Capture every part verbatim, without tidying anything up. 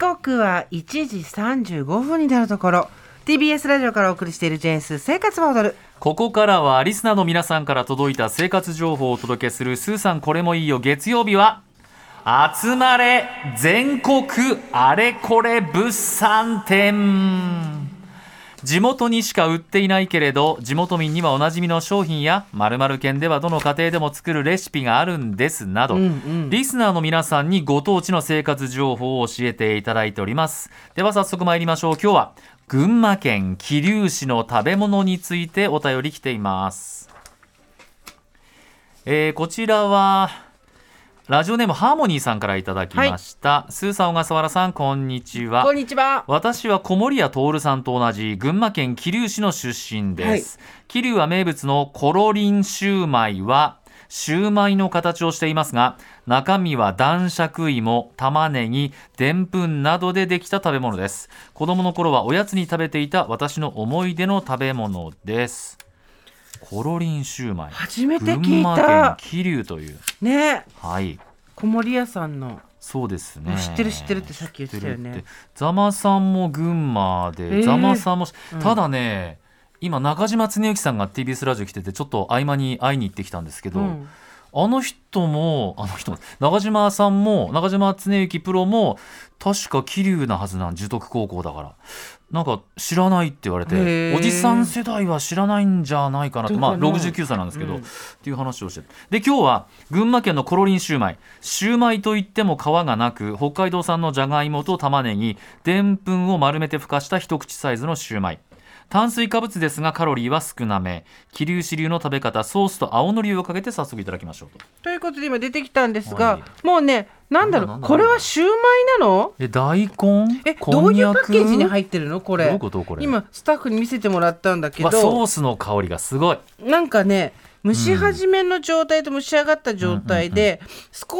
刻はいちじさんじゅうごふんになるところ、 ティービーエス ラジオからお送りしているジェーンスー生活は踊る。 ここからはリスナーの皆さんから届いた生活情報をお届けするスーさんこれもいいよ月曜日は、集まれ全国あれこれ物産展。地元にしか売っていないけれど地元民にはおなじみの商品や〇〇県ではどの家庭でも作るレシピがあるんですなど、うんうん、リスナーの皆さんにご当地の生活情報を教えていただいております。では早速参りましょう。今日は群馬県桐生市の食べ物についてお便り来ています。えー、こちらはラジオネームハーモニーさんからいただきました、はい、スーさん小笠原さんこんにちは。 こんにちは。 私は小森屋徹さんと同じ群馬県桐生市の出身です、はい、桐生は名物のコロリンシューマイはシューマイの形をしていますが、中身は男爵芋、玉ねぎ、でんぷんなどでできた食べ物です。子供の頃はおやつに食べていた私の思い出の食べ物です。コロリンシューマイ、 初めて聞いた。 群馬県桐生というね、 はい、 小森屋さんの。 そうですね、 知ってる知ってるってさっき言ってたよね。 ザマさんも群馬で、えー、ザマさんも、うん、ただね今中島恒之さんが ティービーエス ラジオ来ててちょっと合間に会いに行ってきたんですけど、うん、あの人もあの人も中島さんも中島恒之プロも確か桐生なはずなん樹徳高校だからなんか知らないって言われて、おじさん世代は知らないんじゃないかなと、まあろくじゅうきゅうさいなんですけど、うん、っていう話をして、で今日は群馬県のコロリンシューマイ、シューマイといっても皮がなく北海道産のじゃがいもと玉ねぎ、でんぷんを丸めてふかした一口サイズのシューマイ。炭水化物ですがカロリーは少なめ。桐生市流の食べ方、ソースと青のりをかけて早速いただきましょうと。 ということで今出てきたんですが、はい、もうねなんだろう、なんだこれはシューマイなの？ え大根？ えどういうパッケージに入ってるのこれ？ どういうことこれ？今スタッフに見せてもらったんだけど、 ソースの香りがすごい。 なんかね蒸し始めの状態と蒸し上がった状態で、うんうんうん、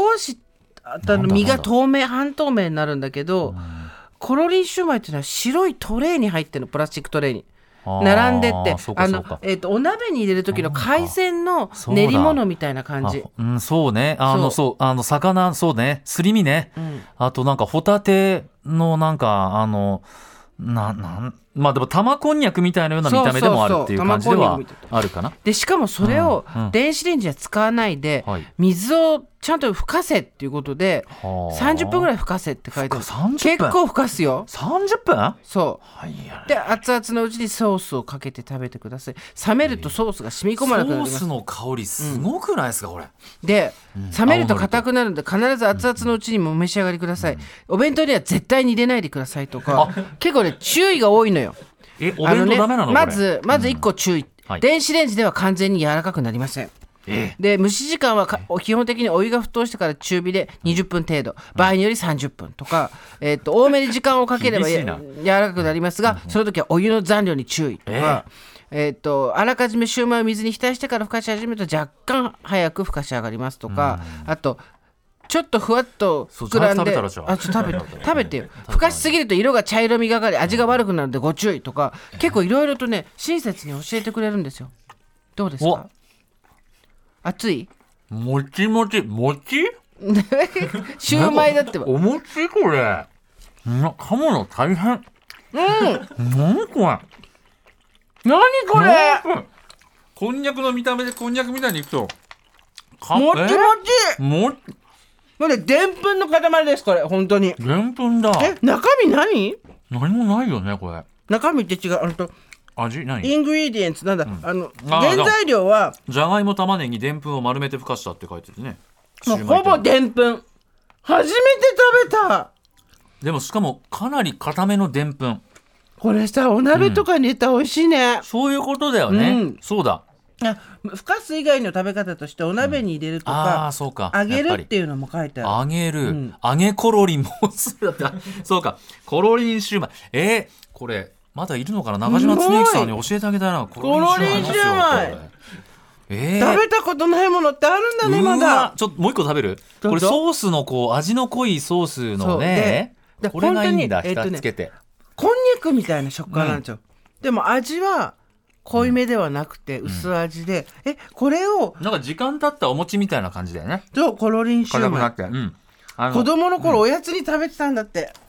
少しあの身が透明半透明になるんだけど、うん、コロリンシューマイっていうのは白いトレーに入ってるの、プラスチックトレーに並んでって、あの、えーと、お鍋に入れる時の海鮮の練り物みたいな感じ。 うん、そうね、あのそうあの魚、そうね、すり身ね、うん、あとなんかホタテのなんかあのななんまあでも玉こんにゃくみたいなような見た目でもあるっていう感じではあるかな。 でしかもそれを電子レンジは使わないで、うんうん、水をちゃんとふかせっていうことで、はい、さんじゅっぷんぐらいふかせって書いてある。結構ふかすよ。 さんじゅっぷん？ そう、はい、で熱々のうちにソースをかけて食べてください。冷めるとソースが染み込まなくなります。 ソースの香りすごくないですか、うん、これで、うん、冷めると硬くなるので必ず熱々のうちにもお召し上がりください、うん、お弁当には絶対に入れないでくださいとか結構ね注意が多いのよ。 えお弁当ダメなの、ね、 まずまずいっこ注意、うんはい、電子レンジでは完全に柔らかくなりません。えで蒸し時間は基本的にお湯が沸騰してから中火でにじゅっぷん程度、場合によりさんじゅっぷんとか、えー、と多めに時間をかければ柔らかくなりますが、その時はお湯の残量に注意とか、えー、とあらかじめシューマイを水に浸してからふかし始めると若干早くふかし上がりますとか、あとちょっとふわっと膨らんで、あちょっと食べて食べてよ。ふかしすぎると色が茶色みがかり味が悪くなるのでご注意とか、結構いろいろとね親切に教えてくれるんですよ。どうですか？熱い？ もちもちもちシューマイだってばお餅これな噛むの大変。うん何これ何これこんにゃくの見た目でこんにゃくみたいにいくともちもちもこれでんぷんの塊です。これ本当にでんぷんだ。 え中身何？ 何もないよねこれ。 中身って違う。あの味何？ イングリディエンツなんだ、うん、あの原材料はじゃがいも玉ねぎでんぷんを丸めてふかしたって書いてるね。 もうほぼでんぷん。初めて食べた。 でもしかもかなり固めのでんぷん。 これさお鍋とかに入れたら美味しいね、 うん、そういうことだよね、うん、そうだ。 ふかす以外の食べ方としてお鍋に入れるとか、うん、あそうか揚げるっていうのも書いてある。 揚げる、うん、揚げコロリンもそうかコロリンシューマイ。えー、これまだいるのかな。中島恒之さんに教えてあげたいな。 コロリンシューマイ、えー、食べたことないものってあるんだねまだ。 ちょっともう一個食べる。これソースのこう味の濃いソースのねこれがいいんだ。蓋つけて、えーね、 こんにゃくみたいな食感なんですよ、うん、でも味は濃いめではなくて薄味で、うん、えこれをなんか時間経ったお餅みたいな感じだよね。 そうコロリンシューマイ、 うん、 子供の頃おやつに食べてたんだって、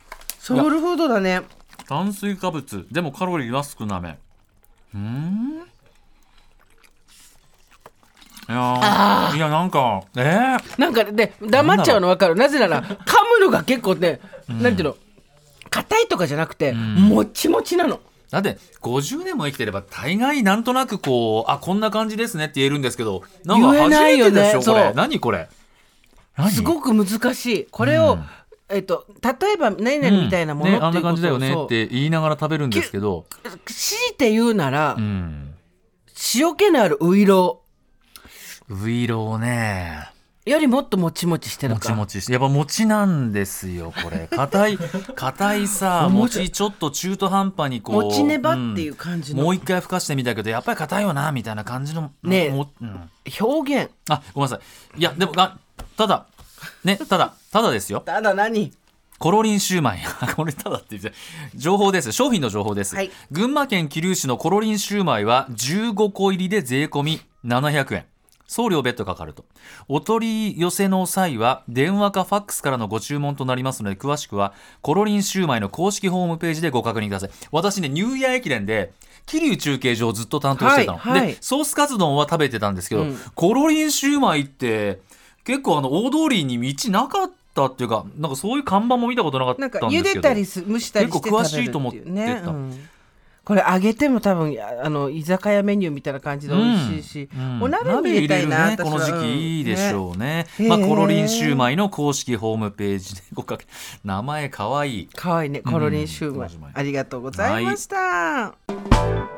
ソウルフードだね。 炭水化物でもカロリーは少なめ。うーんいやいやなんかえー、 なんかで黙っちゃうの分かる。なぜなら噛むのが結構ね、うん、なんていうの硬いとかじゃなくて、うん、もちもちなの。 だってごじゅうねんも生きてれば大概なんとなくこうあこんな感じですねって言えるんですけど、なんか初めてでしょ、これ。何これ何すごく難しいこれを、うんえっと、例えば何々みたいなものっていうことを、 うんね、あんな感じだよねって言いながら食べるんですけど、 強いて言うなら、うん、塩気のあるウイローウイローねよりもっともちもちしてるか。 もちもちしてやっぱもちなんですよこれ。硬い硬いさもちちょっと中途半端にこうもちねばっていう感じの、 うん、もう一回ふかしてみたけどやっぱり硬いよなみたいな感じのね、 うん、 表現あごめんなさい。いやでもあただねただただですよ。 ただ何コロリンシューマイこれただって言って情報です。商品の情報です、はい、群馬県桐生市のコロリンシューマイはじゅうごこ入りで税込みななひゃくえん、送料別途かかると。お取り寄せの際は電話かファックスからのご注文となりますので、詳しくはコロリンシューマイの公式ホームページでご確認ください。私ねニューイヤー駅伝で桐生中継所をずっと担当してたの、はいはい、でソースカツ丼は食べてたんですけど、うん、コロリンシューマイって結構あの大通りに道なかったっていうか、なんかそういう看板も見たことなかったんですけど、なんか茹でたり蒸したりして食べるっていうね。結構詳しいと思ってた、うんこれ揚げても多分あの居酒屋メニューみたいな感じで美味しいし、うんうん、お鍋に入れたいな、 ね、この時期いいでしょうね、ねまあ、コロリンシューマイの公式ホームページでごかけ名前かわいいかわいいねコロリンシューマイ、うん、ありがとうございました、はい